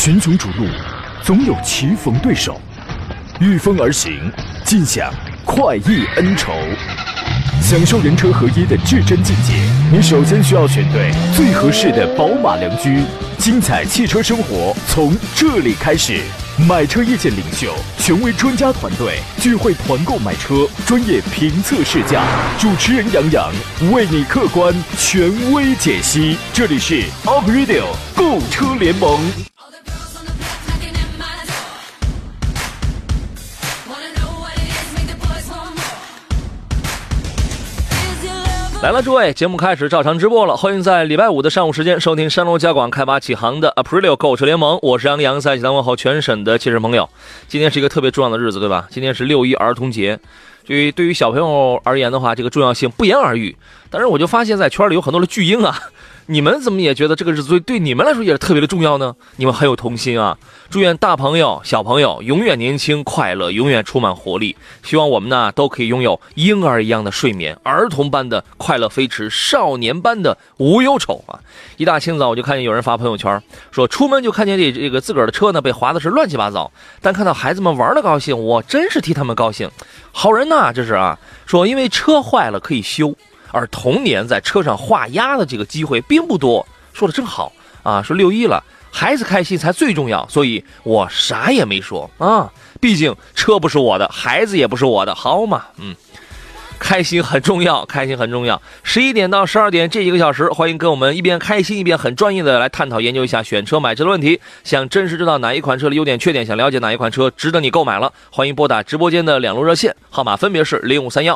群雄逐鹿，总有棋逢对手，御风而行，尽享快意恩仇。享受人车合一的至臻境界，你首先需要选对最合适的宝马良驹。精彩汽车生活从这里开始。买车意见领袖，权威专家团队聚会团购买车，专业评测试驾，主持人杨洋为你客观权威解析。这里是 Up Radio 购车联盟。 来了，诸位，节目开始照常直播了。欢迎在礼拜五的上午时间收听山东交广开发启航的 Aprilio 购车联盟，我是杨洋，在济南问候全省的汽车朋友。今天是一个特别重要的日子，对吧？今天是6·1儿童节。对于小朋友而言的话，这个重要性不言而喻。但是我就发现，在圈里有很多的巨婴啊，你们怎么也觉得这个日子对你们来说也是特别的重要呢？你们很有童心啊！祝愿大朋友、小朋友永远年轻快乐，永远充满活力。希望我们呢都可以拥有婴儿一样的睡眠，儿童般的快乐飞驰，少年般的无忧愁啊！一大清早我就看见有人发朋友圈说，出门就看见这个自个儿的车呢被划的是乱七八糟，但看到孩子们玩的高兴，我真是替他们高兴。好人呐，这是啊！说因为车坏了可以修，而童年在车上画押的这个机会并不多。说的真好啊！说6·1了，孩子开心才最重要，所以我啥也没说啊。毕竟车不是我的，孩子也不是我的，好嘛，开心很重要，开心很重要。11点到12点这1个小时，欢迎跟我们一边开心一边很专业的来探讨研究一下选车买车的问题。想真实知道哪一款车的优点缺点，想了解哪一款车值得你购买了，欢迎拨打直播间的2路热线，号码分别是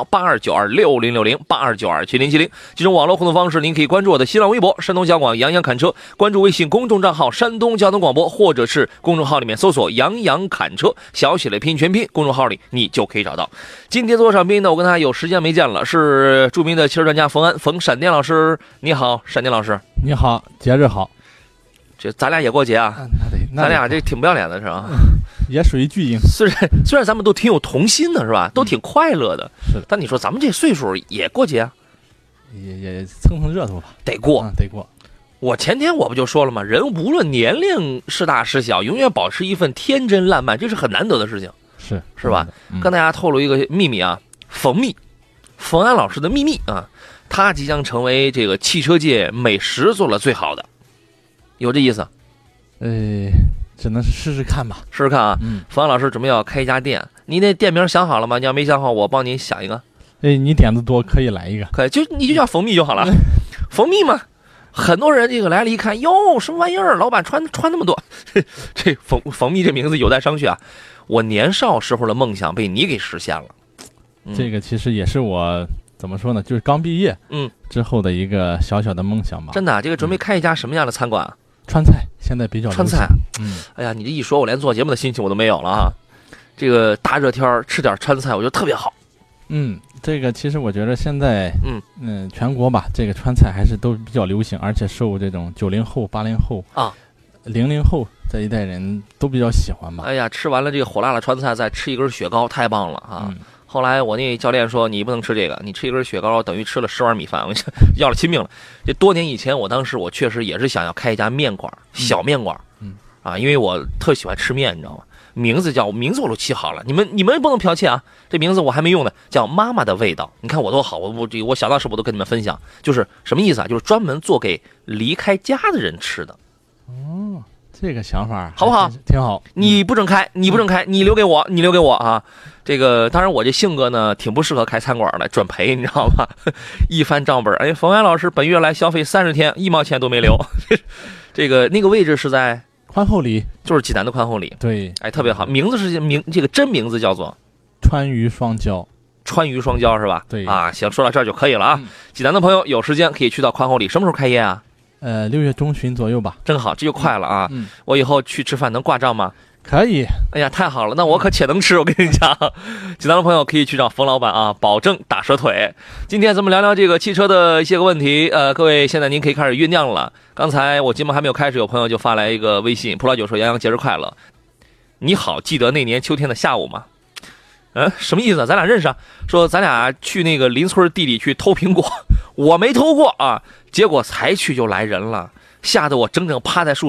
053182926060、82927070。几种网络互动方式，您可以关注我的新浪微博山东交广杨洋侃车，关注微信公众账号山东交通广播，或者是公众号里面搜索杨洋侃车，小写的拼全拼，公众号里你就可以找到。今天做上宾呢，我跟他有时间没见了，是著名的汽车专家冯闪电老师。你好，闪电老师。 你好，节日好。 这咱俩也过节啊？ 那咱俩这挺不要脸的是吧？ 也属于巨婴。 虽然咱们都挺有童心的是吧？都挺快乐的。 是的。 但你说咱们这岁数也过节啊？ 也蹭蹭热度吧。 得过， 得过。 我前天我不就说了吗？人无论年龄是大是小，永远保持一份天真烂漫，这是很难得的事情。是吧？跟大家透露一个秘密啊，冯安老师的秘密啊，他即将成为这个汽车界美食做了最好的，有这意思？ 只能是试试看吧。 试试看啊。冯安老师准备要开一家店，你那店名想好了吗？你要没想好，我帮你想一个。 你点子多，可以来一个。 可以，你就叫冯蜜就好了。冯蜜嘛，很多人这个来了一看，哟，什么玩意儿？老板穿那么多，这冯蜜这名字有待商榷啊。我年少时候的梦想被你给实现了。 这个其实也是我怎么说呢，就是刚毕业之后的一个小小的梦想吧。 真的，这个准备开一家什么样的餐馆啊？ 川菜，现在比较川菜。哎呀，你这一说，我连做节目的心情我都没有了啊。这个大热天吃点川菜，我觉得特别好。 这个其实我觉得现在全国吧，这个川菜还是都比较流行，而且受这种90后、80后啊、00后这一代人都比较喜欢吧。 哎呀，吃完了这个火辣的川菜，再吃一根雪糕，太棒了啊！后来我那教练说，你不能吃这个，你吃一根雪糕等于吃了10碗米饭，我要了亲命了。这多年以前，当时我确实也是想要开一家面馆，小面馆，因为我特喜欢吃面，你知道吗？名字我都起好了，你们不能剽窃啊！这名字我还没用呢，叫妈妈的味道。你看我多好，我想到什么我都跟你们分享，就是什么意思啊？就是专门做给离开家的人吃的。 这个想法好不好？ 挺好。 你不准开，你留给我啊！这个当然我这性格呢，挺不适合开餐馆的，准赔，你知道吗？一翻账本，冯安老师本月来消费30天，1毛钱都没留。那个位置是在宽厚里， 就是济南的宽厚里。 对， 特别好。名字是这个真名字叫做川渝双交。 川渝双交是吧？ 对啊，行，说到这儿就可以了啊。济南的朋友有时间可以去到宽厚里，什么时候开业啊 ？6月中旬左右吧。 真好，这就快了啊。我以后去吃饭能挂账吗？ 可以。 哎呀，太好了，那我可且能吃，我跟你讲。济南的朋友可以去找冯老板啊，保证大蛇腿。今天咱们聊聊这个汽车的一些个问题。各位现在您可以开始酝酿了。刚才我节目还没有开始，有朋友就发来一个微信，葡萄酒说杨洋节日快乐。你好，记得那年秋天的下午吗？什么意思啊？咱俩认识啊？说咱俩去那个邻村地里去偷苹果，我没偷过啊，结果才去就来人了，吓得我整整趴在树上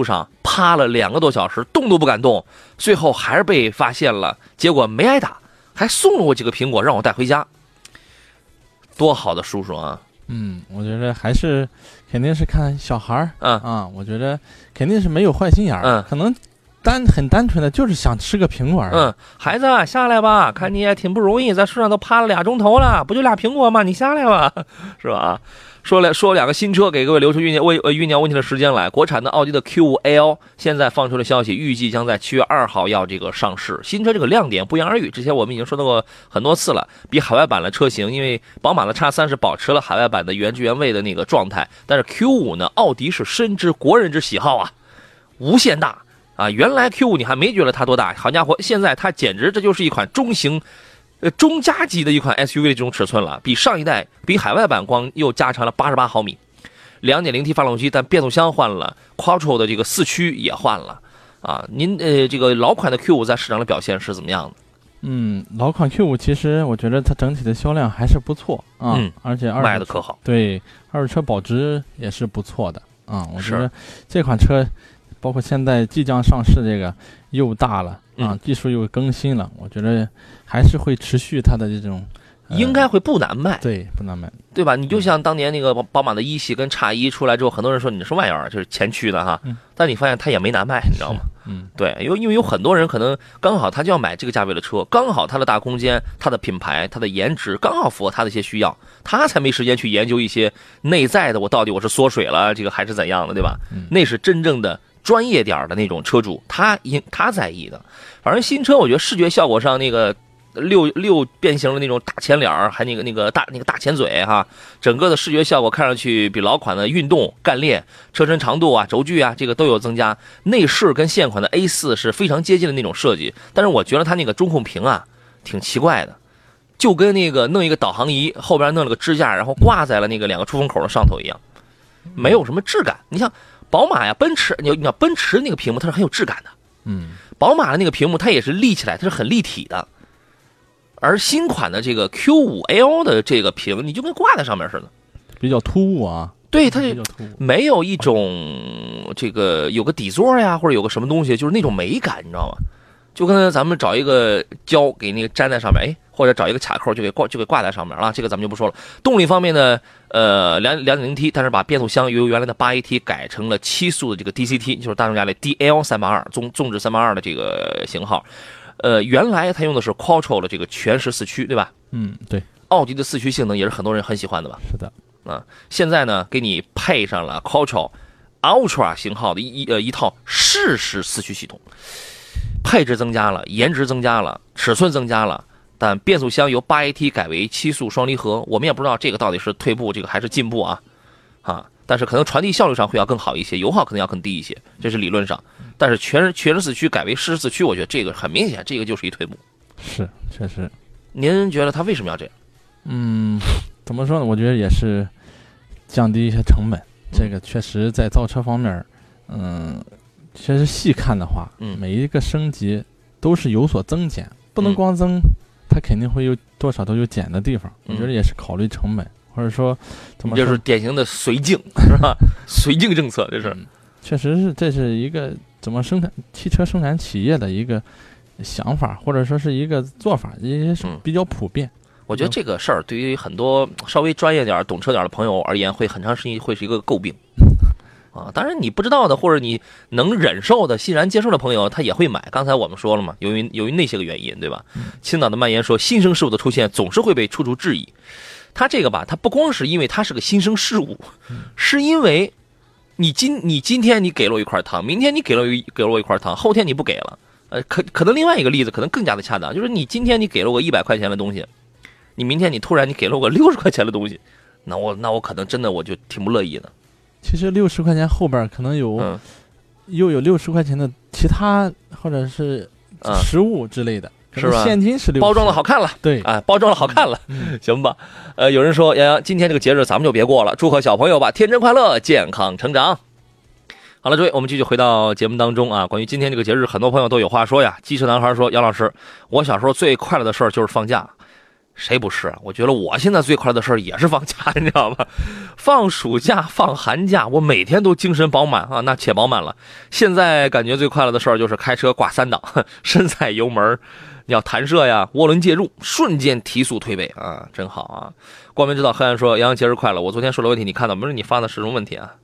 趴了2个多小时，动都不敢动，最后还是被发现了，结果没挨打，还送了我几个苹果让我带回家。多好的叔叔啊！ 我觉得还是肯定是看小孩儿，我觉得肯定是没有坏心眼儿，可能很单纯的就是想吃个苹果。 孩子下来吧，看你也挺不容易，在树上都趴了2钟头了，不就俩苹果吗？你下来吧，是吧？说2个新车，给各位留出酝酿问题的时间来。国产的奥迪的 Q5L 现在放出了消息，预计将在7月2号要这个上市。新车这个亮点不言而喻，之前我们已经说到过很多次了。比海外版的车型，因为宝马的 X3 是保持了海外版的原汁原味的那个状态，但是 Q5 呢，奥迪是深知国人之喜好啊，无限大啊！原来 Q5 你还没觉得它多大，好家伙，现在它简直这就是一款中加级的一款 SUV 的这种尺寸了，比上一代比海外版光又加长了88毫米，2.0T 发动机，但变速箱换了 ，Quattro 的这个4驱也换了啊。您这个老款的 Q5 在市场的表现是怎么样的？ 老款 Q5 其实我觉得它整体的销量还是不错啊，而且卖的可好。 对，二手车保值也是不错的啊。我觉得这款车，包括现在即将上市这个又大了啊，技术又更新了，我觉得还是会持续它的这种， 应该会不难卖。 对，不难卖， 对吧？你就像当年那个宝马的1系跟X1出来之后，很多人说你是玩意儿，就是前驱的哈，但你发现它也没难卖，你知道吗？对，因为有很多人可能刚好他就要买这个价位的车，刚好它的大空间、它的品牌、它的颜值刚好符合他的一些需要，他才没时间去研究一些内在的，我到底我是缩水了，这个还是怎样的，对吧？那是真正的专业点的那种车主，他在意的。反正新车我觉得视觉效果上那个六变形的那种大前脸，还那个大前嘴哈，整个的视觉效果看上去比老款的运动干练，车身长度啊、轴距啊这个都有增加。内饰跟现款的 A4 是非常接近的那种设计，但是我觉得它那个中控屏啊挺奇怪的，就跟那个弄一个导航仪后边弄了个支架，然后挂在了那个2个出风口的上头一样，没有什么质感。你像宝马呀、奔驰，你要奔驰那个屏幕它是很有质感的，宝马的那个屏幕它也是立起来，它是很立体的。而新款的这个 Q5L 的这个屏，你就跟挂在上面似的， 比较突兀啊。 对，它没有一种这个有个底座呀，或者有个什么东西，就是那种美感，你知道吗？就跟咱们找一个胶给那个粘在上面，或者找一个卡扣就给挂在上面了。这个咱们就不说了。动力方面呢，2.0T， 但是把变速箱由原来的8AT 改成了7速的这个 DCT， 就是大众家的 DL382纵置382的这个型号。原来它用的是 Quattro 的这个全时4驱，对吧？ 对。 奥迪的4驱性能也是很多人很喜欢的吧？ 是的。 现在呢，给你配上了 Quattro Ultra 型号的一套适时4驱系统，配置增加了，颜值增加了，尺寸增加了，但变速箱由8AT 改为7速双离合，我们也不知道这个到底是退步，这个还是进步啊？但是可能传递效率上会要更好一些，油耗可能要更低一些，这是理论上。但是全时4驱改为适时4驱，我觉得这个很明显，这个就是一退步。 是，确实。 您觉得他为什么要这样？ 怎么说呢？我觉得也是降低一些成本。这个确实在造车方面，确实细看的话，每一个升级都是有所增减，不能光增，它肯定会有多少都有减的地方。我觉得也是考虑成本。或者说，怎么就是典型的绥靖，是吧？绥靖政策，这是， 确实是，这是一个怎么汽车生产企业的一个想法，或者说是一个做法，也是比较普遍。 我觉得这个事儿对于很多稍微专业点、懂车点的朋友而言，会很长时间会是一个诟病当然，你不知道的或者你能忍受的、欣然接受的朋友，他也会买。刚才我们说了嘛，由于那些个原因，对吧？青岛的蔓延说，新生事物的出现总是会被处处质疑。它这个吧，它不光是因为它是个新生事物，是因为你今天你给了我一块糖，明天你给了我一块糖，后天你不给了。可能另外一个例子可能更加的恰当，就是你今天你给了我100块钱的东西，你明天你突然你给了我60块钱的东西，那我可能真的我就挺不乐意的。 其实60块钱后边可能又有60块钱的其他或者是食物之类的。 是吧？ 现金是包装的好看了， 对， 包装的好看了，行吧？有人说，洋洋，今天这个节日咱们就别过了，祝贺小朋友吧，天真快乐，健康成长。好了，诸位，我们继续回到节目当中啊。关于今天这个节日，很多朋友都有话说呀。机车男孩说，杨老师，我小时候最快乐的事儿就是放假， 谁不是？我觉得我现在最快乐的事儿也是放假，你知道吗？放暑假、放寒假，我每天都精神饱满啊，那且饱满了。现在感觉最快乐的事儿就是开车挂3档，身踩油门，你要弹射呀，涡轮介入，瞬间提速推背啊，真好啊！光明知道黑暗说：“杨洋节日快乐！”我昨天说的问题你看到没？不是你发的是什么问题啊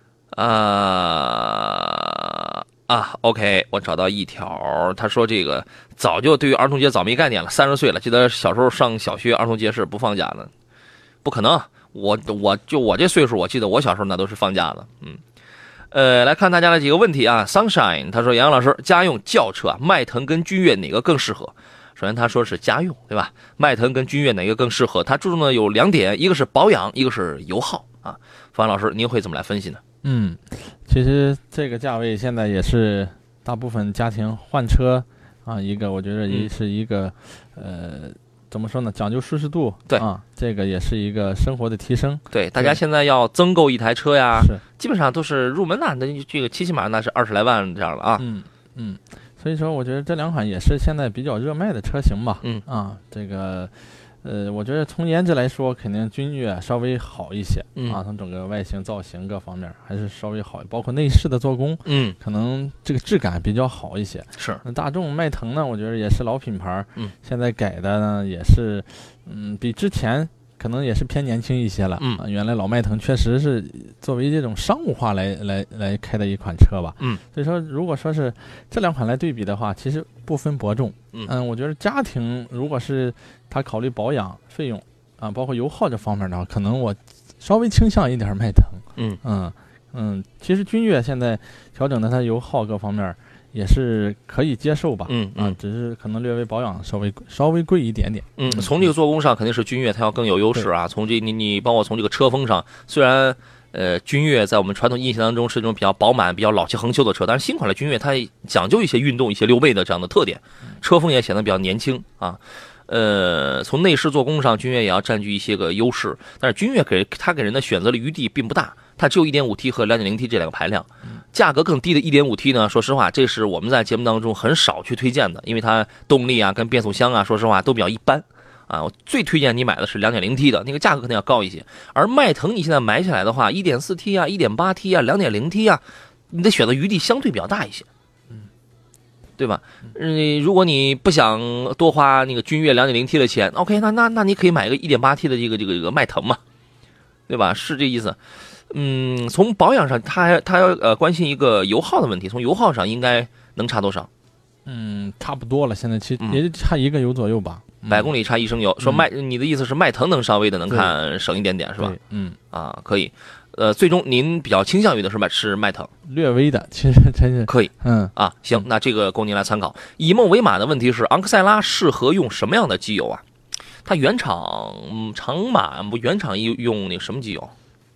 ？OK， 我找到一条，他说这个早就对于儿童节早没概念了，30岁了，记得小时候上小学儿童节是不放假的，不可能，我这岁数，我记得我小时候那都是放假的，来看大家的几个问题啊 ，Sunshine 他说杨洋老师，家用轿车迈腾跟君越哪个更适合？首先他说是家用，对吧？迈腾跟君越哪个更适合？他注重的有2点，一个是保养，一个是油耗啊。方老师，您会怎么来分析呢？ 其实这个价位现在也是大部分家庭换车啊，我觉得也是一个怎么说呢？讲究舒适度， 对啊，这个也是一个生活的提升。 对，大家现在要增购一台车呀， 是基本上都是入门的这个起码那是20来万这样了啊。 所以说我觉得这2款也是现在比较热卖的车型吧。这个我觉得从颜值来说，肯定君越稍微好一些啊，从整个外形造型各方面还是稍微好，包括内饰的做工，可能这个质感比较好一些。 是， 大众迈腾呢，我觉得也是老品牌，现在改的呢也是，比之前可能也是偏年轻一些了。原来老迈腾确实是作为这种商务化来开的一款车吧。所以说如果说是这2款来对比的话，其实不分伯仲。我觉得家庭如果是他考虑保养费用啊，包括油耗这方面的话，可能我稍微倾向一点迈腾。其实君越现在调整的它油耗各方面也是可以接受吧。只是可能略微保养稍微贵一点点。 从这个做工上肯定是君越它要更有优势啊。从这你包括从这个车风上，虽然君越在我们传统印象当中是这种比较饱满、比较老气横秋的车，但是新款的君越它讲究一些运动、一些溜背的这样的特点，车风也显得比较年轻啊。从内饰做工上，君越也要占据一些个优势，但是君越给人的选择的余地并不大，它只有 1.5T 和 2.0T 这2个排量，价格更低的 1.5T 呢，说实话，这是我们在节目当中很少去推荐的，因为它动力啊跟变速箱啊，说实话都比较一般啊。我最推荐你买的是 2.0T 的，那个价格可能要高一些。而迈腾你现在买起来的话 1.4T 啊 1.8T 啊 2.0T 啊，你的选择余地相对比较大一些，对吧？如果你不想多花那个君越 2.0T 的钱 ，OK， 那你可以买一个 1.8T 的这个迈腾嘛，对吧？是这意思。从保养上，他要关心一个油耗的问题，从油耗上应该能差多少？ 差不多了，现在其实也就差1个油左右吧，100 公里差1升油。说你的意思是迈腾能稍微的能看省一点点是吧？可以。最终您比较倾向于的是迈腾， 略微的，其实真是可以。行，那这个供您来参考。以梦为马的问题是，昂克赛拉适合用什么样的机油啊？它原厂长马不原厂用那个什么机油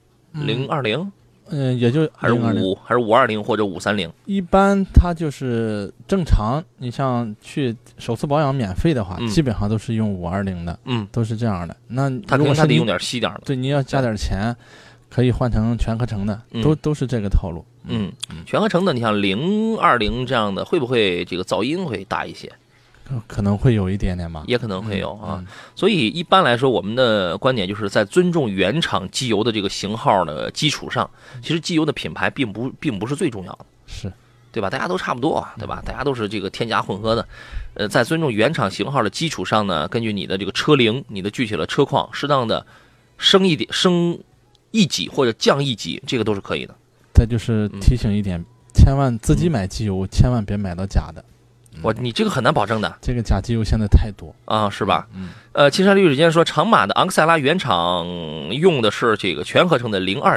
？020？ 也就还是520或者530。 一般它就是正常，你像去首次保养免费的话，基本上都是用520的，都是这样的。那如果它得用点稀点的， 对，你要加点钱。可以换成全合成的，都是这个套路。 全合成的，你像020这样的，会不会这个噪音会大一些？ 可能会有一点点吧， 也可能会有啊。所以一般来说，我们的观点就是在尊重原厂机油的这个型号的基础上，其实机油的品牌并不是最重要的， 是对吧？大家都差不多啊，对吧？大家都是这个添加混合的。在尊重原厂型号的基础上呢，根据你的这个车龄、你的具体的车况，适当的升一级或者降一级，这个都是可以的。 再就是提醒一点，千万自己买机油，千万别买到假的。 你这个很难保证的， 这个假机油现在太多啊，是吧？青山绿水间说，长马的昂克赛拉原厂用的是这个全合成的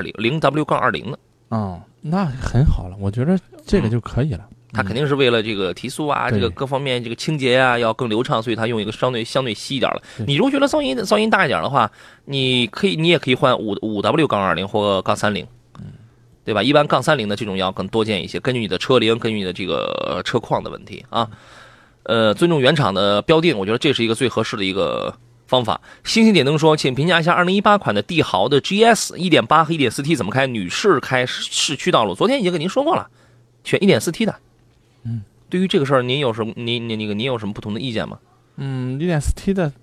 0W-20的。 那很好了，我觉得这个就可以了。 它肯定是为了这个提速啊，这个各方面这个清洁啊要更流畅，所以它用一个相对稀一点了。你如果觉得噪音大一点的话，你也可以换5W-20或-30，对吧？一般-30的这种要更多见一些，根据你的车龄，根据你的这个车况的问题啊。尊重原厂的标定，我觉得这是一个最合适的一个方法。星星点灯说，请评价一下2018款的帝豪的 GS 1.8和 1.4T 怎么开？女士开市区道路，昨天已经跟您说过了，选 1.4T 的。对于这个事儿，您有什么不同的意见吗？ 1.4T 的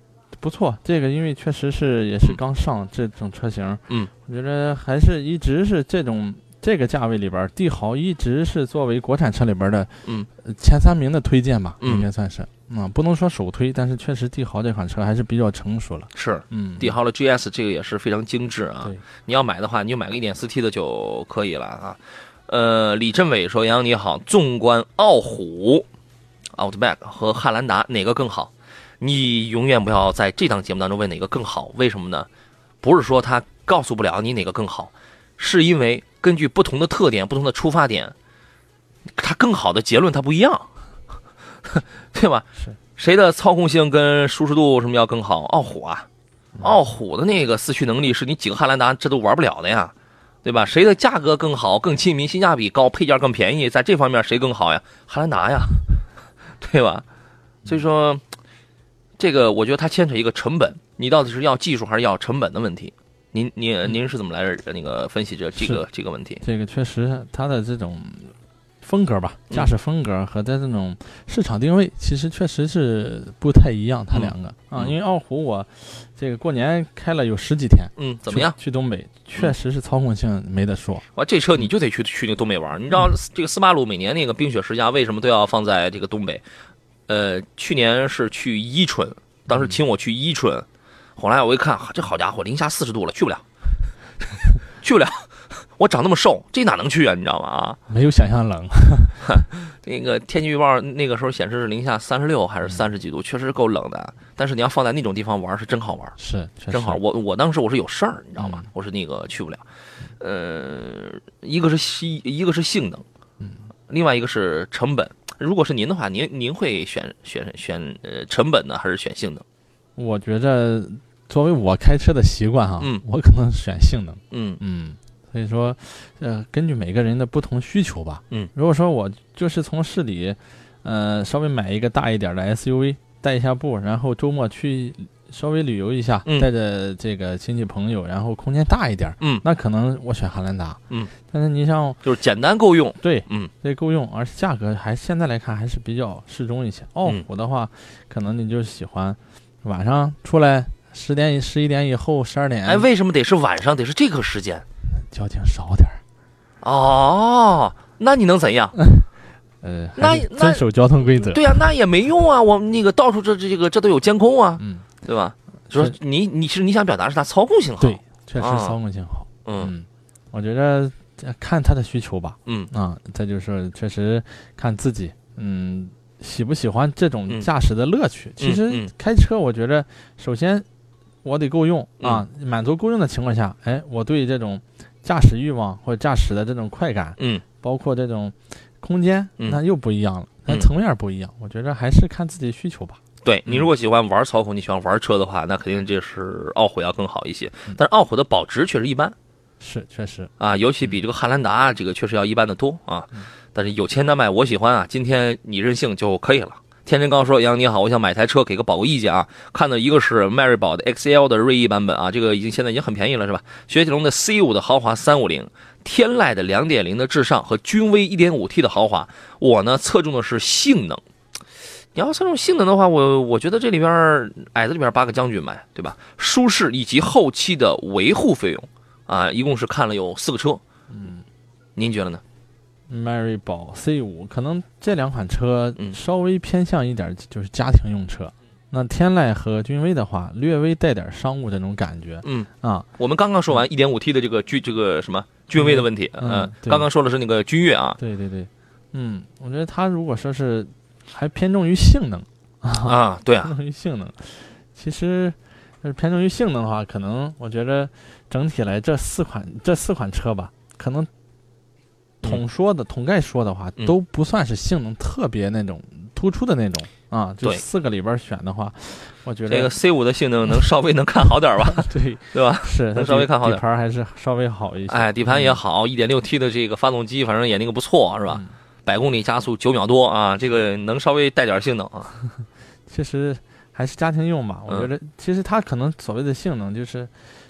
不错，这个因为确实也是刚上这种车型，我觉得还是一直是这个价位里边，帝豪一直是作为国产车里边的前3名的推荐吧，应该算是不能说首推，但是确实帝豪这款车还是比较成熟了。 是，帝豪的 GS 这个也是非常精致啊。你要买的话，你就买个 1.4T 的就可以了啊。李振伟说：“杨洋你好，纵观傲虎、Outback 和汉兰达，哪个更好？你永远不要在这档节目当中问哪个更好，为什么呢？不是说他告诉不了你哪个更好，是因为根据不同的特点、不同的出发点，它更好的结论它不一样，对吧？ 是谁的操控性跟舒适度什么要更好？傲虎啊，傲虎的那个四驱能力是你几个汉兰达这都玩不了的呀，对吧？谁的价格更好、更亲民、性价比高、配件更便宜，在这方面谁更好呀？汉兰达呀，对吧？所以说，这个我觉得它牵扯一个成本，你到底是要技术还是要成本的问题？您是怎么来那个分析这个问题？ 这个确实它的这种风格吧，驾驶风格和在这种市场定位，其实确实是不太一样，它两个因为傲虎我这个过年开了有10几天， 怎么样？ 去东北，确实是操控性没得说。 哇，这车你就得去那个东北玩，你知道这个斯巴鲁每年那个冰雪世家为什么都要放在这个东北？去年是去伊春，当时请我去伊春。后来我一看，这好家伙，零下40度了，去不了，去不了。我长那么瘦，这哪能去啊？你知道吗？ 没有想象冷。 那个天气预报那个时候显示是零下36还是30几度，确实够冷的。但是你要放在那种地方玩，是真好玩， 是真好。我当时我是有事儿，你知道吗？我是那个去不了。一个是性能，另外一个是成本。如果是您的话，您会选成本呢，还是选性能？ 我觉着作为我开车的习惯哈，我可能选性能，所以说，根据每个人的不同需求吧，如果说我就是从市里，稍微买一个大一点的 SUV 带一下步，然后周末去稍微旅游一下，带着这个亲戚朋友，然后空间大一点，那可能我选汉兰达，但是你像就是简单够用， 对，这够用，而且价格现在来看还是比较适中一些。傲虎的话，可能你就喜欢。晚上出来10点、11点以后，12点。 哎，为什么得是晚上？得是这个时间？ 交警少点。 哦，那你能怎样？ 那遵守交通规则。 对呀，那也没用啊！我们那个到处这都有监控啊，对吧？说你其实你想表达是它操控性好， 对，确实操控性好。我觉得看他的需求吧。再就是确实看自己，喜不喜欢这种驾驶的乐趣？其实开车，我觉得首先我得够用满足够用的情况下，我对这种驾驶欲望或者驾驶的这种快感，包括这种空间，那又不一样了，那层面不一样。我觉得还是看自己需求吧。 对，你如果喜欢玩操控，你喜欢玩车的话，那肯定这是傲虎要更好一些。但是傲虎的保值确实一般， 是确实尤其比这个汉兰达这个确实要一般的多啊。但是有钱难买我喜欢啊，今天你任性就可以了。天真刚说：“杨你好，我想买台车，给个宝贵意见啊。看到一个是迈锐宝的 XL 的锐意版本啊，这个现在已经很便宜了是吧？雪铁龙的 C5 的豪华350，天籁的 2.0 的至上和君威 1.5T 的豪华。我呢侧重的是性能。你要侧重性能的话，我觉得这里边矮子里边8个将军买，对吧？舒适以及后期的维护费用啊，一共是看了有4个车。您觉得呢？” 迈锐宝 C5 可能这2款车稍微偏向一点，就是家庭用车。那天籁和君威的话，略微带点商务这种感觉。 我们刚刚说完 1.5T 的这个什么君威的问题，刚刚说的是那个君越啊。 对，我觉得它如果说是还偏重于性能对啊， 偏重于性能。其实偏重于性能的话，可能我觉得整体来这四款车吧，可能。统概说的话，都不算是性能特别那种突出的那种就4个里边选的话，我觉得这个 C5 的性能稍微能看好点吧，对吧？ 是能稍微看好点， 底盘还是稍微好一些。 底盘也好，1.6T 的这个发动机，反正也那个不错，是吧？100公里加速9秒多啊，这个能稍微带点性能啊。 其实还是家庭用吧，我觉得其实它可能所谓的性能就是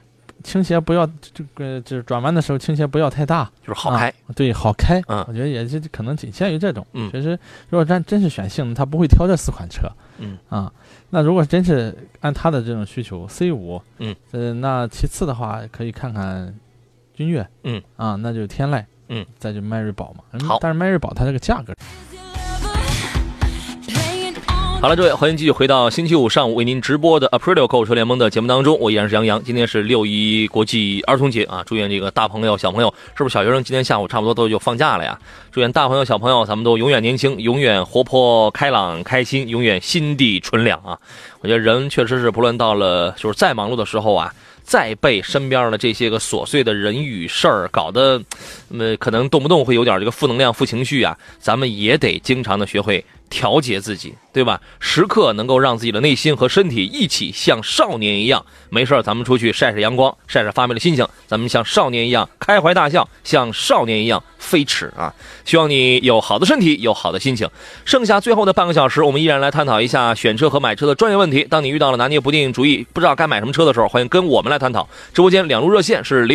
倾斜不要这个，就是转弯的时候倾斜不要太大， 就是好开。 对，好开。我觉得也是可能仅限于这种。其实如果真是选性能，他不会挑这4款车。那如果真是按他的这种需求 ，C5，那其次的话可以看看君越，那就天籁，再就迈锐宝嘛。 好， 但是迈锐宝它这个价格。 好了，各位，欢迎继续回到星期五上午为您直播的 Aprilio 购车联盟的节目当中，我依然是杨洋。今天是6·1国际儿童节啊，祝愿这个大朋友小朋友，是不是小学生今天下午差不多都就放假了呀？祝愿大朋友小朋友咱们都永远年轻，永远活泼开朗开心，永远心地纯良啊！我觉得人确实是不论到了就是再忙碌的时候啊，再被身边的这些个琐碎的人与事儿搞得，可能动不动会有点这个负能量、负情绪啊，咱们也得经常的学会调节自己，对吧？时刻能够让自己的内心和身体一起像少年一样，没事咱们出去晒晒阳光，晒晒发霉的心情，咱们像少年一样开怀大笑，像少年一样飞驰啊！希望你有好的身体，有好的心情。剩下最后的半个小时，我们依然来探讨一下选车和买车的专业问题。当你遇到了拿捏不定主意，不知道该买什么车的时候，欢迎跟我们来探讨。直播间2路热线是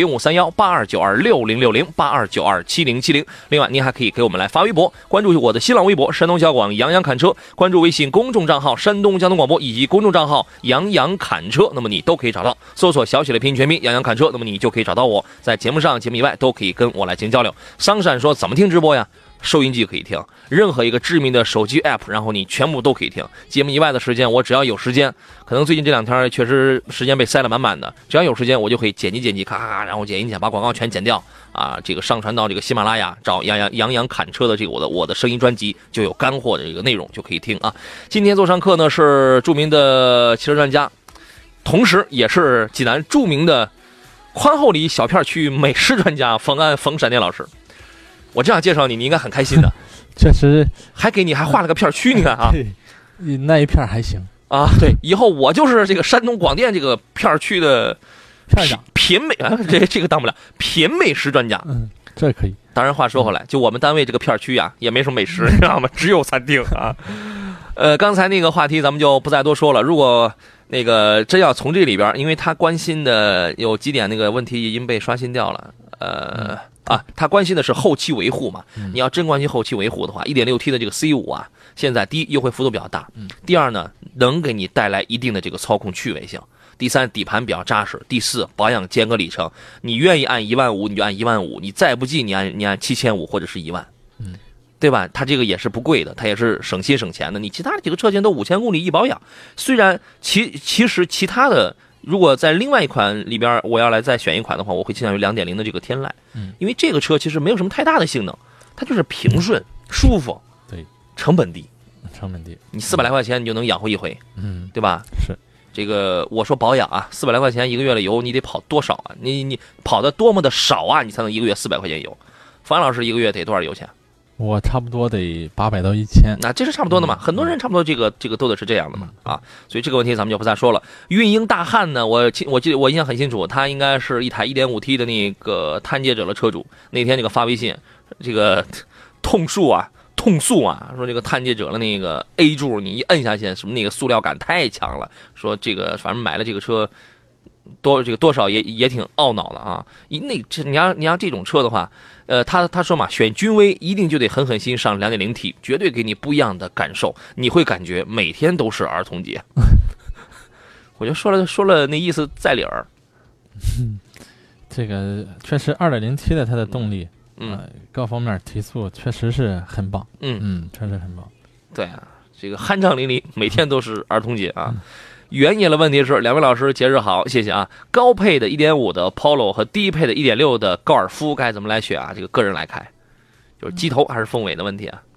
053182926060，82927070。另外，您还可以给我们来发微博，关注我的新浪微博山东交广杨洋侃车，关注微信公众账号山东交通广播以及公众账号杨洋侃车，那么你都可以找到。搜索小写的拼音全拼杨洋侃车，那么你就可以找到我。在节目上、节目以外都可以跟我来进行交流。桑闪说怎么听直播呀？收音机可以听，任何一个知名的手机 app， 然后你全部都可以听。节目以外的时间，我只要有时间，可能最近这2天确实时间被塞得满满的，只要有时间我就可以剪辑，咔咔，然后剪一剪，把广告全剪掉啊，这个上传到这个喜马拉雅，找杨洋侃车的这个我的声音专辑，就有干货的这个内容就可以听啊。今天做上课呢是著名的汽车专家，同时也是济南著名的宽厚里小片区美食专家冯闪电老师。我这样介绍你，你应该很开心的。 确实，还画了个片区，你看啊， 那一片还行啊。对，以后我就是这个山东广电这个片区的片长， 品美啊，这个当不了品美食专家。 这可以。 当然，话说回来，就我们单位这个片区啊，也没什么美食，你知道吗？只有餐厅啊。刚才那个话题咱们就不再多说了。如果那个真要从这里边，因为他关心的有几点那个问题已经被刷新掉了，他关心的是后期维护嘛。你要真关心后期维护的话， 1.6T 的这个 C5 啊，现在第一优惠幅度比较大，第二呢能给你带来一定的这个操控趣味性，第三底盘比较扎实，第四保养间隔里程，你愿意按15000你就按15000，你再不济你按7500或者是1万，对吧？它这个也是不贵的，它也是省心省钱的。你其他的几个车型都5000公里一保养，虽然其实其他的，如果在另外一款里边我要来再选一款的话，我会倾向于2.0的这个天籁，因为这个车其实没有什么太大的性能，它就是平顺舒服， 对， 成本低，你400来块钱你就能养活一回，对吧？ 是这个我说保养啊，400来块钱一个月的油你得跑多少啊？你跑的多么的少啊，你才能一个月400块钱油？樊老师一个月得多少油钱？ 我差不多得800到1000， 那这是差不多的嘛？很多人差不多这个都得是这样的嘛啊，所以这个问题咱们就不再说了。运营大汉呢，我记得我印象很清楚，他应该是一台 1.5T 的那个探界者的车主。那天这个发微信，这个痛诉啊，说这个探界者的那个 A 柱你一摁下去，什么那个塑料感太强了，说这个反正买了这个车多少也挺懊恼的啊。你要这种车的话。他说嘛，选君威一定就得狠狠心上 2.0T， 绝对给你不一样的感受，你会感觉每天都是儿童节。我就说了那意思在理儿。 这个确实 2.0T 的它的动力，各方面提速确实是很棒，确实很棒。 对啊，这个酣畅淋漓，每天都是儿童节啊。原野的问题是，两位老师节日好，谢谢啊。高配的 1.5 的 Polo 和低配的 1.6 的高尔夫该怎么来选啊？这个个人来开，就是机头还是凤尾的问题啊？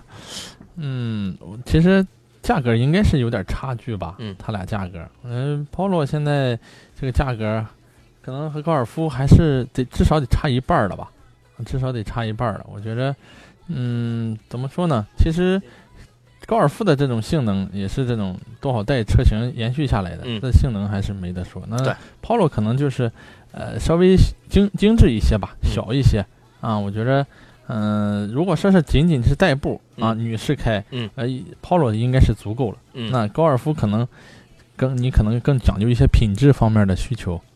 其实价格应该是有点差距吧。它俩价格，Polo 现在这个价格可能和高尔夫还是至少得差一半了吧？至少得差一半了。我觉得，怎么说呢？其实。高尔夫的这种性能也是这种多少代车型延续下来的，这性能还是没得说。那 Polo 可能就是稍微精致一些吧，小一些啊。我觉得如果说是仅仅是代步啊，女士开，Polo 应该是足够了。那高尔夫可能你可能更讲究一些品质方面的需求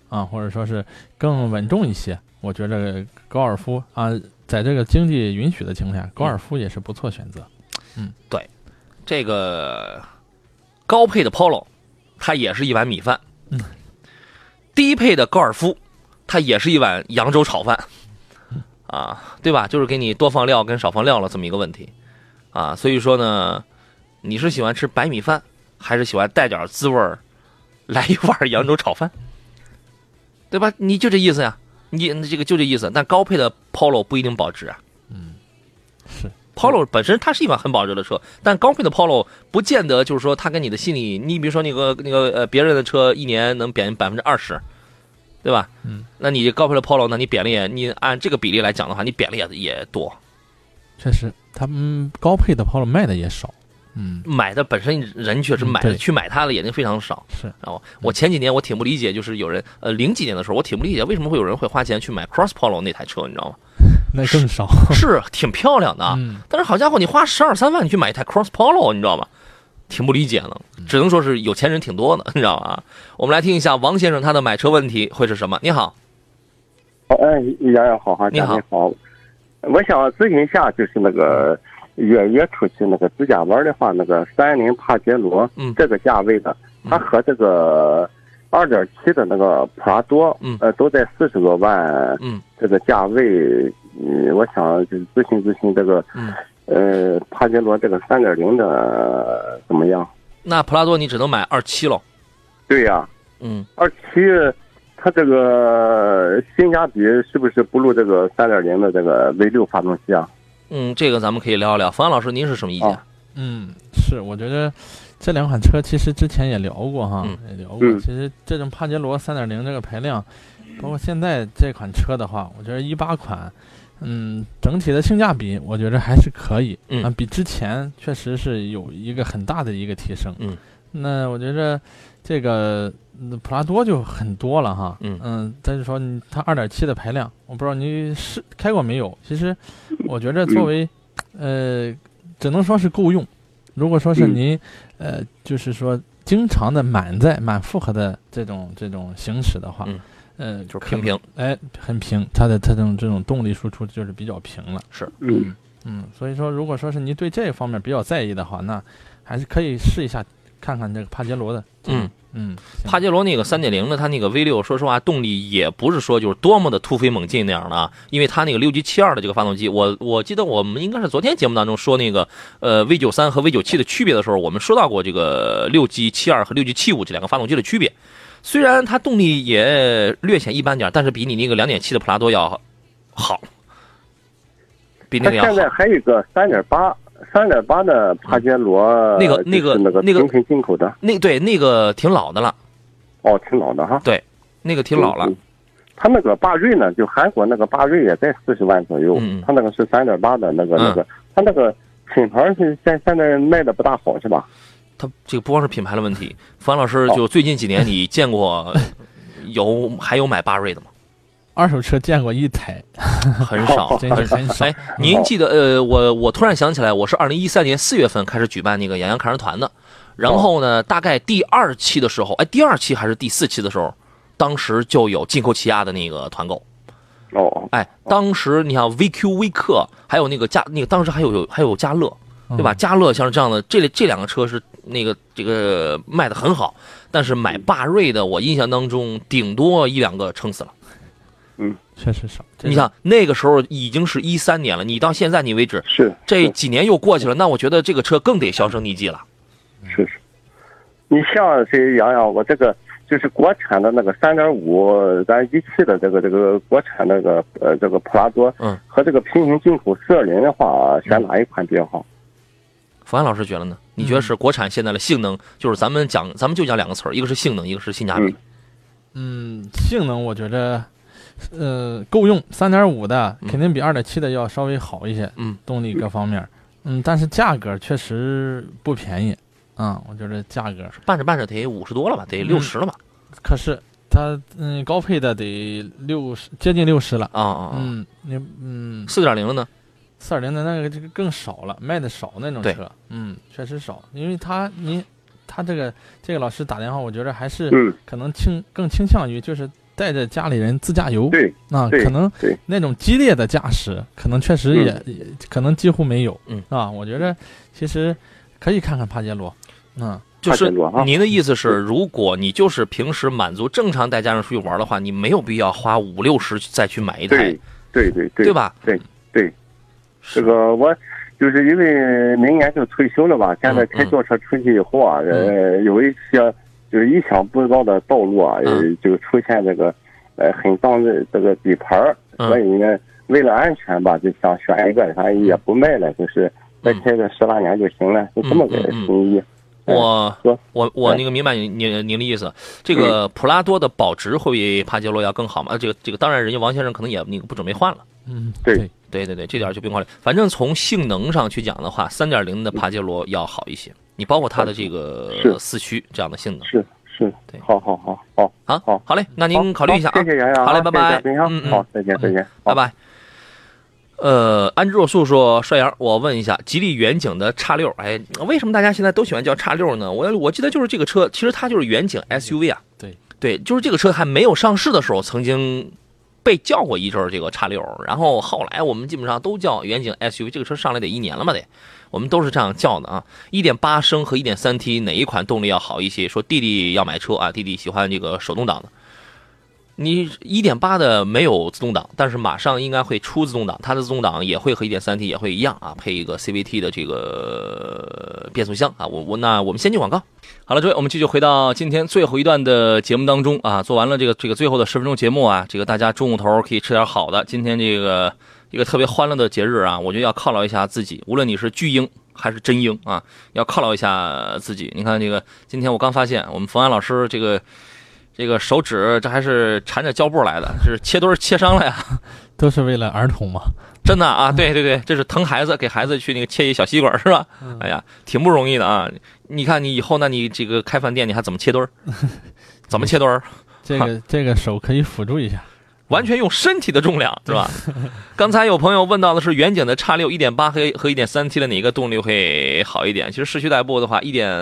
啊，或者说是更稳重一些，我觉得高尔夫啊，在这个经济允许的情况下，高尔夫也是不错选择。 对，这个高配的 Polo， 它也是一碗米饭。低配的高尔夫，它也是一碗扬州炒饭。对吧？就是给你多放料跟少放料了这么一个问题。所以说呢，你是喜欢吃白米饭，还是喜欢带点滋味儿，来一碗扬州炒饭？对吧？你就这意思呀，你这个就这意思。但高配的 Polo 不一定保值啊。 是 Polo 本身它是一款很保值的车，但高配的 Polo 不见得就是说它跟你的心理，你比如说那个别人的车一年能贬20%，对吧？那你高配的 Polo 呢？你贬了你按这个比例来讲的话，你贬了也多。 确实，他们高配的 Polo 卖的也少。 买的本身人确实买的去买它的也非常少。 是。 然后我前几年我挺不理解，就是有人00几年的时候，我挺不理解为什么会有人会花钱去买 Cross Polo 那台车，你知道吗？ 那更少。 是挺漂亮的，但是好家伙，你花12、13万你去买一台 Cross Polo， 你知道吗？挺不理解的，只能说是有钱人挺多的，你知道吗？我们来听一下王先生他的买车问题会是什么？你好。 杨洋好哈， 你好。 我想咨询一下，就是那个约出去那个自驾玩的话，那个30帕杰罗，这个价位的，它和这个2.7的那个普拉多，都在40多万，这个价位，我想就是咨询这个，帕杰罗这个3.0的怎么样？ 那普拉多你只能买27了。 对呀，27。它这个性价比是不是不如这个3.0的这个 V6 发动机啊？ 这个咱们可以聊一聊。冯安老师，您是什么意见？ 是，我觉得这两款车其实之前也聊过哈，也聊过。其实这种帕杰罗3.0这个排量，包括现在这款车的话，我觉得18款，整体的性价比我觉得还是可以。比之前确实是有一个很大的一个提升。那我觉得这个普拉多就很多了哈。再就说它2.7的排量，我不知道你开过没有。其实我觉得作为只能说是够用。如果说是您就是说经常的满负荷的这种行驶的话， 就是平， 很平，它这种动力输出就是比较平了。 是， 所以说如果说是您对这方面比较在意的话，那还是可以试一下。看看这个帕杰罗的， 帕杰罗那个3.0的，它那个 V6，说实话动力也不是说就是多么的突飞猛进那样的啊，因为它那个6G72的这个发动机，我记得我们应该是昨天节目当中说那个V93和 V97的区别的时候，我们说到过这个6G72和6G75这两个发动机的区别。虽然它动力也略显一般点，但是比你那个2.7的普拉多要好，比那个要好。 它现在还有一个3.8的帕杰罗， 那个平行进口的， 对，那个挺老的了。 挺老的哈。对， 那个挺老了。 他那个霸瑞呢，就韩国那个霸瑞也在40万左右。他那个是3.8的那个，他那个品牌是现在卖的不大好是吧？ 他这个不光是品牌的问题。樊老师，就最近几年你见过还有买霸瑞的吗？ 二手车见过一台， 很少，很少。您记得我突然想起来，我是2013年4月份开始举办那个杨洋看人团的，然后呢，大概第2期的时候，第2期还是第4期的时候，当时就有进口起亚的那个团购。当时你像 VQ 威克，还有那个当时还有嘉乐，对吧？嘉乐像是这样的，这两个车是这个卖的很好，但是买霸瑞的，我印象当中顶多1-2个撑死了。 确实少。 你想那个时候已经是13年了，你到现在你为止这几年又过去了，那我觉得这个车更得销声匿迹了。 是，你像谁杨洋，我这个就是国产的那个3.5咱1.7的这个国产那个这个普拉多，和这个平行进口4.0的话，选哪一款比较好？ 樊老师觉得呢？你觉得是国产现在的性能，就是咱们就讲2个词儿，一个是性能，一个是性价比。 性能我觉得。够用，3.5的肯定比2.7的要稍微好一些，动力各方面，但是价格确实不便宜，我觉得价格办着得50多了吧，得60了吧？ 可是它高配的得接近60了 4.0的呢 ？4.0的那个这个更少了，卖的少那种车，确实少，因为他这个老师打电话，我觉得还是可能更倾向于就是带着家里人自驾游， 对， 可能那种激烈的驾驶，可能确实也可能几乎没有，我觉得其实可以看看帕杰罗， 就是您的意思是，如果你就是平时满足正常带家人出去玩的话，你没有必要花50-60再去买一台，对吧？ 对，这个我就是因为明年就退休了吧，现在开轿车出去以后啊，有一些就是意想不到的道路啊，就出现这个很脏的这个底盘，所以呢，为了安全吧，就想选一个，反正也不卖了，就是再开个10来年就行了，就这么个心意。 我那个明白您的意思。这个普拉多的保值会比帕杰罗要更好吗？这个当然，人家王先生可能也那个不准备换了。 对， 这点就不用考虑。反正从性能上去讲的话，3.0的帕杰罗要好一些。你包括它的这个4驱这样的性能。 是，对，好嘞，那您考虑一下啊。 谢谢杨洋， 好嘞，拜拜。 好，再见， 拜拜。安之若素说：“帅阳，我问一下，吉利远景的X6，为什么大家现在都喜欢叫X6呢？我记得就是这个车，其实它就是远景 SUV 啊。对，就是这个车还没有上市的时候，曾经被叫过一阵这个X6，然后后来我们基本上都叫远景 SUV。这个车上来得1年了嘛得，我们都是这样叫的啊。1.8升和 1.3T 哪一款动力要好一些？说弟弟要买车啊，弟弟喜欢这个手动挡的。”你 1.8 的没有自动挡，但是马上应该会出自动挡，它的自动挡也会和 1.3T 也会一样啊，配一个 CVT 的这个变速箱啊。那我们先进广告。好了，各位，我们继续回到今天最后一段的节目当中啊。做完了这个最后的10分钟节目啊，这个大家中午头可以吃点好的。今天这个一个特别欢乐的节日啊，我觉得要犒劳一下自己，无论你是巨婴还是真婴啊，要犒劳一下自己。你看这个，今天我刚发现我们冯安老师这个手指这还是缠着胶布来的，这是切墩切伤了呀， 都是为了儿童嘛， 真的啊，对，这是疼孩子，给孩子去那个切一小吸管是吧？哎呀，挺不容易的啊！你看你以后，那你这个开饭店你还怎么切墩儿？怎么切墩儿？ 这个手可以辅助一下。 完全用身体的重量是吧？刚才有朋友问到的是远景的X6 1.8和 1.3T 的哪个动力会好一点？其实市区代步的话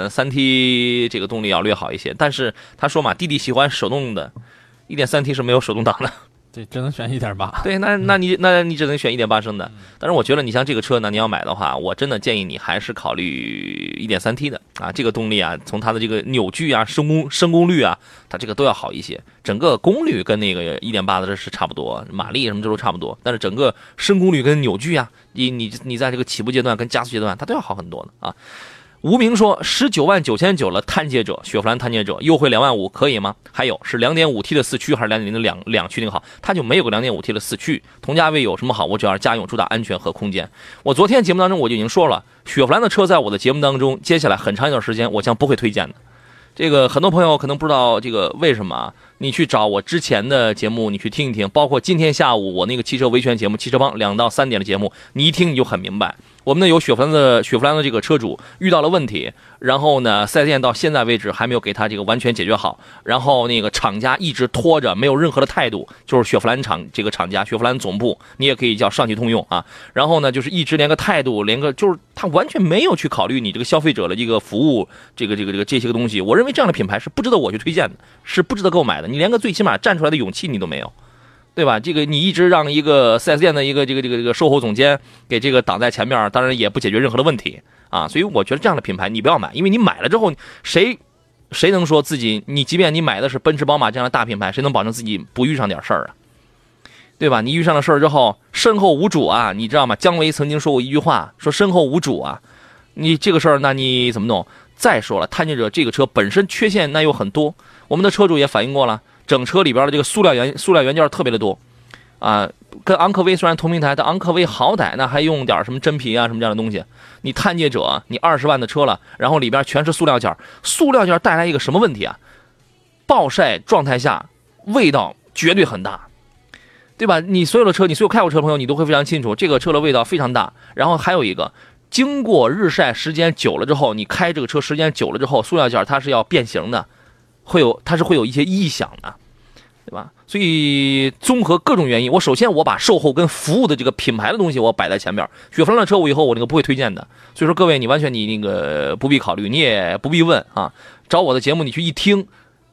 1.3T 这个动力要略好一些，但是他说嘛，弟弟喜欢手动的 1.3T 是没有手动挡的。 对，只能选 1.8。 对，那你只能选 1.8升的。但是我觉得你像这个车呢，你要买的话，我真的建议你还是考虑 1.3T 的啊。这个动力啊，从它的这个扭矩啊、升功率啊，它这个都要好一些。整个功率跟那个 1.8 的是差不多，马力什么都差不多，但是整个升功率跟扭矩啊，你在这个起步阶段跟加速阶段，它都要好很多的啊。无名说199900了，探界者，雪佛兰探界者优惠25000可以吗？还有是 2.5T 的4驱还是 2.0 的两驱那个好？它就没有个 2.5T 的4驱，同价位有什么好？我只要是家用，主打安全和空间。我昨天节目当中我就已经说了，雪佛兰的车在我的节目当中，接下来很长一段时间我将不会推荐的。这个很多朋友可能不知道这个为什么，你去找我之前的节目，你去听一听，包括今天下午我那个汽车维权节目汽车帮2到3点的节目，你一听你就很明白。我们呢有雪佛兰的这个车主遇到了问题，然后呢4S店到现在为止还没有给他这个完全解决好，然后那个厂家一直拖着，没有任何的态度，就是雪佛兰这个厂家，雪佛兰总部，你也可以叫上汽通用啊。然后呢就是一直连个态度，就是他完全没有去考虑你这个消费者的这个服务，这些个东西。我认为这样的品牌是不值得我去推荐的，是不值得购买的。你连个最起码站出来的勇气你都没有。对吧？这个你一直让一个 4S 店的一个这个售后总监给这个挡在前面，当然也不解决任何的问题啊。所以我觉得这样的品牌你不要买，因为你买了之后，谁能说自己你即便你买的是奔驰、宝马这样的大品牌，谁能保证自己不遇上点事儿啊？对吧？你遇上了事儿之后，身后无主啊，你知道吗？姜维曾经说过一句话，说身后无主啊。你这个事儿，那你怎么弄？再说了，探界者这个车本身缺陷那有很多，我们的车主也反映过了。整车里边的这个塑料元件特别的多，啊，跟昂科威虽然同平台，但昂科威好歹那还用点什么真皮啊什么这样的东西。你探界者，你20万的车了，然后里边全是塑料件，塑料件带来一个什么问题啊？暴晒状态下味道绝对很大，对吧？你所有的车，你所有开过车的朋友，你都会非常清楚，这个车的味道非常大。然后还有一个，经过日晒时间久了之后，你开这个车时间久了之后，塑料件它是要变形的。它是会有一些异响的，对吧？所以综合各种原因，首先把售后跟服务的这个品牌的东西我摆在前面。雪佛兰的车我以后我那个不会推荐的，所以说各位你完全你那个不必考虑，你也不必问啊。找我的节目你去一听，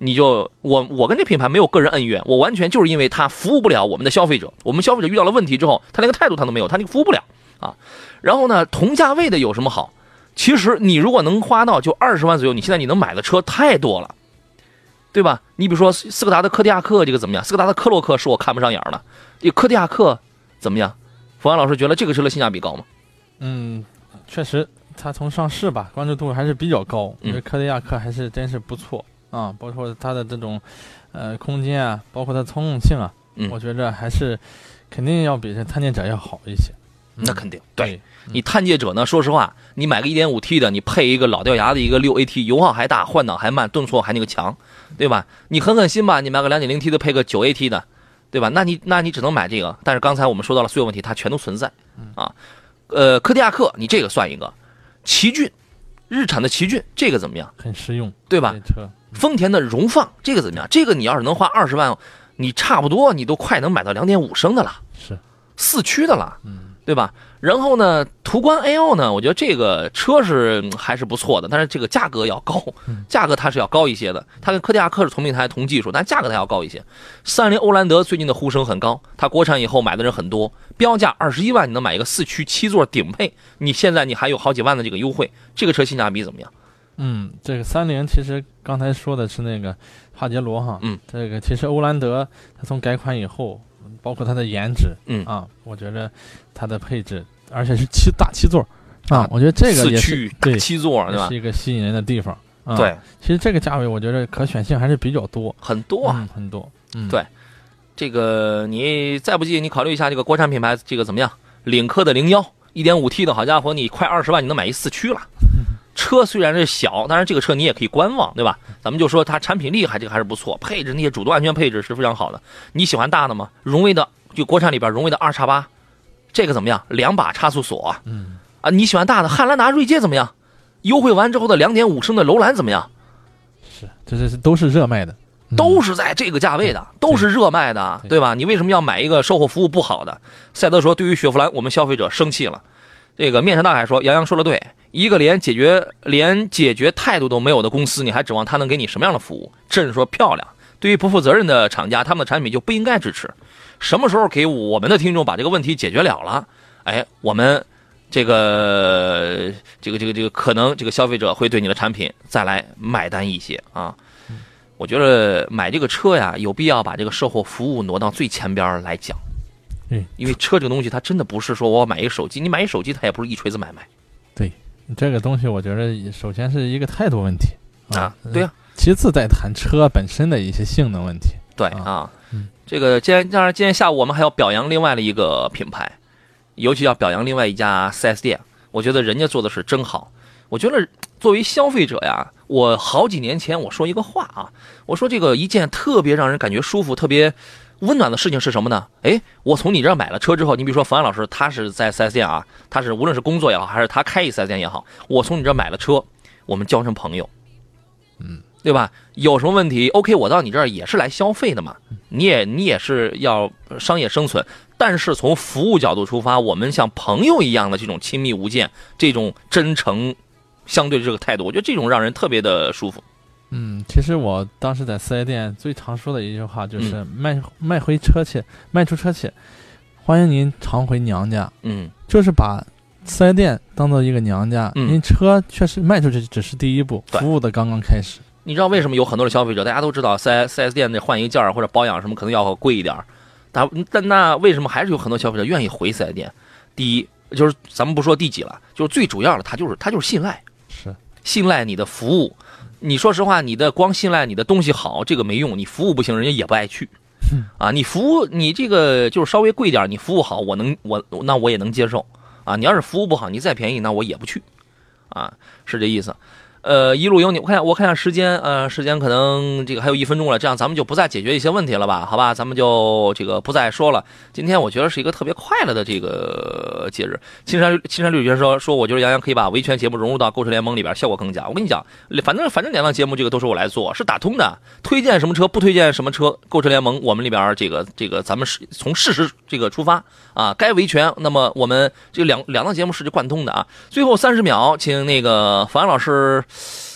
我跟这品牌没有个人恩怨，我完全就是因为它服务不了我们的消费者，我们消费者遇到了问题之后，他那个态度他都没有，他那个服务不了啊。然后呢，同价位的有什么好？其实你如果能花到就20万左右，你现在你能买的车太多了，对吧？你比如说斯柯达的柯迪亚克这个怎么样？斯柯达的科洛克是我看不上眼的，这柯迪亚克怎么样？冯安老师觉得这个车的性价比高吗？ 确实，它从上市吧，关注度还是比较高。我觉得柯迪亚克还是真是不错啊，包括它的这种空间啊，包括它操控性啊，我觉着还是肯定要比这探界者要好一些。 那肯定，对你探界者呢，说实话，你买个 1.5T 的，你配一个老掉牙的一个 6AT， 油耗还大，换挡还慢，顿挫还那个强，对吧？你狠心吧，你买个 2.0T 的配个 9AT 的，对吧？那你只能买这个。但是刚才我们说到了所有问题，它全都存在啊。柯迪亚克你这个算一个，奇骏，日产的奇骏这个怎么样？ 很实用， 对吧？丰田的荣放这个怎么样？这个你要是能花20万，你差不多你都快能买到2.5升的了， 是 4驱的了，对吧？然后呢，途观 L 呢，我觉得这个车是还是不错的，但是这个价格要高，价格它是要高一些的。它跟柯迪亚克是同平台同技术，但价格它要高一些。30欧蓝德最近的呼声很高，它国产以后买的人很多，标价21万你能买一个4驱7座顶配，你现在你还有好几万的这个优惠，这个车性价比怎么样？ 这个30其实刚才说的是那个帕杰罗哈，这个其实欧蓝德它从改款以后，包括它的颜值，我觉得它的配置，而且是大七座啊，我觉得这个也是对7座，对吧？ 是一个吸引人的地方。 对， 其实这个价位我觉得可选性还是比较多， 很多很多。 对，这个你再不济，你考虑一下这个国产品牌，这个怎么样？领克的01 1.5T 的，好家伙，你快20万你能买一4驱了。车虽然是小，但是这个车你也可以观望，对吧？咱们就说它产品力这个还是不错，配置那些主动安全配置是非常好的。你喜欢大的吗？荣威的，就国产里边荣威的2X8，这个怎么样？2把差速锁，你喜欢大的汉兰达锐界怎么样？优惠完之后的2.5升的楼兰怎么样？ 是，这都是热卖的， 都是在这个价位的，都是热卖的，对吧？你为什么要买一个售后服务不好的？赛德说，对于雪佛兰，我们消费者生气了。这个面上大海说，杨洋说的对，一个连解决态度都没有的公司，你还指望他能给你什么样的服务？朕说漂亮。对于不负责任的厂家，他们的产品就不应该支持。什么时候给我们的听众把这个问题解决了？我们这个可能这个消费者会对你的产品再来买单一些啊。我觉得买这个车呀，有必要把这个售后服务挪到最前边来讲。因为车这个东西，它真的不是说我买一个手机，你买一手机，它也不是一锤子买卖。 对，这个东西我觉得首先是一个态度问题对啊。 其次再谈车本身的一些性能问题。 对啊，这个当然今天下午我们还要表扬另外的一个品牌，尤其要表扬另外一家 4S 店，我觉得人家做的是真好。我觉得作为消费者呀，我好几年前我说一个话啊，我说这个一件特别让人感觉舒服、特别温暖的事情是什么呢？我从你这儿买了车之后，你比如说冯安老师，他是在 4S 店啊，他是无论是工作也好，还是他开一 4S 店也好，我从你这儿买了车，我们交成朋友，对吧？有什么问题 ？OK， 我到你这儿也是来消费的嘛，你也是要商业生存，但是从服务角度出发，我们像朋友一样的这种亲密无间，这种真诚相对的这个态度，我觉得这种让人特别的舒服。 其实我当时在4S店最常说的一句话就是卖出车去，欢迎您常回娘家。就是把4S店当做一个娘家。您车确实卖出去只是第一步，服务的刚刚开始。 你知道为什么有很多的消费者，大家都知道 4S 店那换一个件或者保养什么可能要贵一点，但那为什么还是有很多消费者愿意回4S店？第一就是咱们不说第几了，就是最主要的，他就是信赖， 是信赖你的服务。你说实话，你的光信赖你的东西好，这个没用，你服务不行，人家也不爱去。你服务你这个就是稍微贵点，你服务好，那我也能接受啊。你要是服务不好，你再便宜，那我也不去啊，是这意思。一路有你，我看下时间，时间可能这个还有1分钟了，这样咱们就不再解决一些问题了吧？好吧，咱们就这个不再说了。今天我觉得是一个特别快乐的这个节日。青山绿雪说，我觉得杨洋可以把维权节目融入到购车联盟里边，效果更佳。我跟你讲，反正2档节目这个都是我来做，是打通的。推荐什么车，不推荐什么车，购车联盟我们里边这个咱们是从事实这个出发啊，该维权，那么我们这两档节目是贯通的啊。最后30秒，请那个樊老师。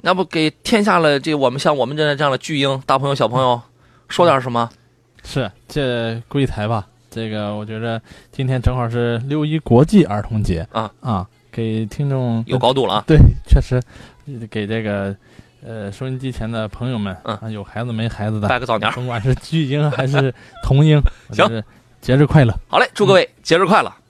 那不给天下了这我们像我们这样的巨婴大朋友小朋友说点什么？ 是这柜台吧，这个我觉得今天正好是6·1国际儿童节啊，给听众有高度了啊。 对，确实给这个收音机前的朋友们有孩子没孩子的拜个早年， 甭管是巨婴还是童婴， 行， 节日快乐。 好嘞，祝各位节日快乐。